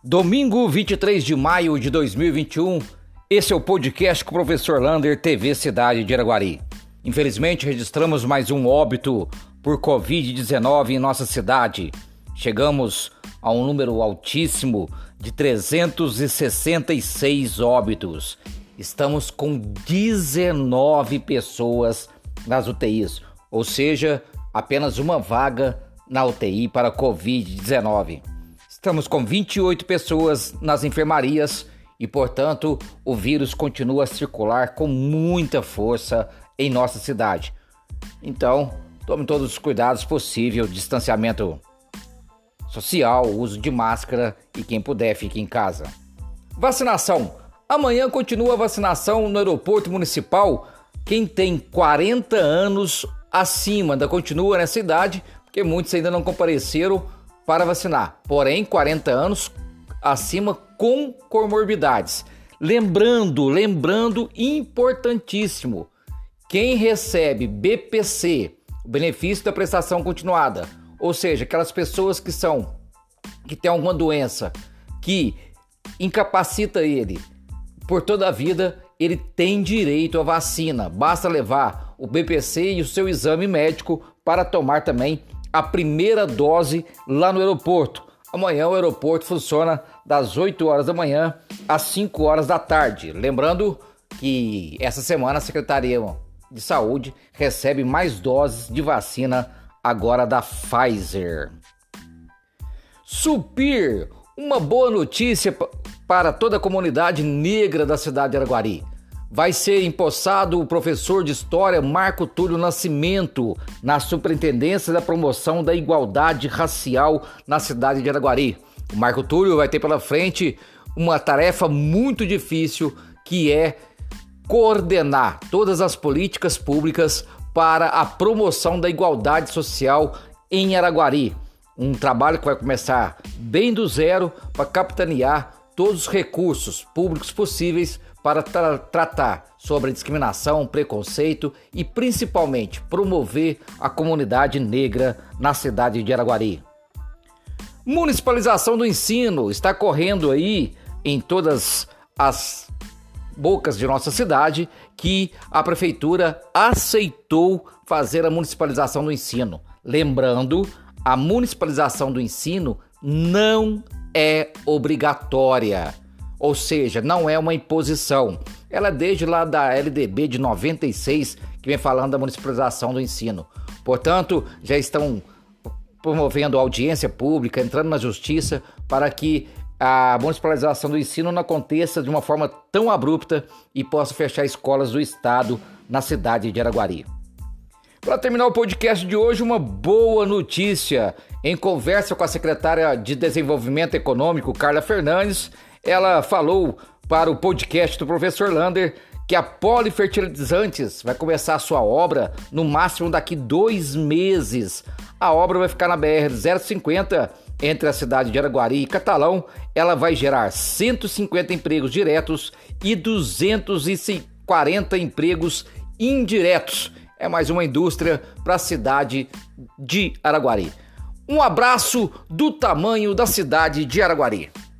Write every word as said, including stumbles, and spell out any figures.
Domingo, vinte e três de maio de dois mil e vinte e um, esse é o podcast com o professor Lander, T V Cidade de Araguari. Infelizmente, registramos mais um óbito por covid dezenove em nossa cidade. Chegamos a um número altíssimo de trezentos e sessenta e seis óbitos. Estamos com dezenove pessoas nas U T Is, ou seja, apenas uma vaga na U T I para covid dezenove. Estamos com vinte e oito pessoas nas enfermarias e, portanto, o vírus continua a circular com muita força em nossa cidade. Então, tome todos os cuidados possíveis, distanciamento social, uso de máscara e quem puder fique em casa. Vacinação. Amanhã continua a vacinação no aeroporto municipal. Quem tem quarenta anos acima ainda continua nessa idade, porque muitos ainda não compareceram para vacinar. Porém, quarenta anos acima com comorbidades. Lembrando, lembrando, importantíssimo, quem recebe B P C, o benefício da prestação continuada, ou seja, aquelas pessoas que são, que têm alguma doença que incapacita ele por toda a vida, ele tem direito à vacina. Basta levar o B P C e o seu exame médico para tomar também a primeira dose lá no aeroporto. Amanhã o aeroporto funciona das oito horas da manhã às cinco horas da tarde. Lembrando que essa semana a Secretaria de Saúde recebe mais doses de vacina agora da Pfizer. Supir, uma boa notícia para toda a comunidade negra da cidade de Araguari. Vai ser empossado o professor de História Marco Túlio Nascimento na Superintendência da Promoção da Igualdade Racial na cidade de Araguari. O Marco Túlio vai ter pela frente uma tarefa muito difícil, que é coordenar todas as políticas públicas para a promoção da igualdade social em Araguari. Um trabalho que vai começar bem do zero para capitanear todos os recursos públicos possíveis para tra- tratar sobre a discriminação, preconceito e principalmente promover a comunidade negra na cidade de Araguari. Municipalização do ensino está correndo aí em todas as bocas de nossa cidade, que a prefeitura aceitou fazer a municipalização do ensino. Lembrando, a municipalização do ensino não é obrigatória. Ou seja, não é uma imposição. Ela é desde lá da L D B de noventa e seis que vem falando da municipalização do ensino. Portanto, já estão promovendo audiência pública, entrando na justiça para que a municipalização do ensino não aconteça de uma forma tão abrupta e possa fechar escolas do estado na cidade de Araguari. Para terminar o podcast de hoje, uma boa notícia. Em conversa com a secretária de Desenvolvimento Econômico, Carla Fernandes, ela falou para o podcast do professor Lander que a Polifertilizantes vai começar a sua obra no máximo daqui dois meses. A obra vai ficar na B R zero cinquenta entre a cidade de Araguari e Catalão. Ela vai gerar cento e cinquenta empregos diretos e duzentos e quarenta empregos indiretos. É mais uma indústria para a cidade de Araguari. Um abraço do tamanho da cidade de Araguari.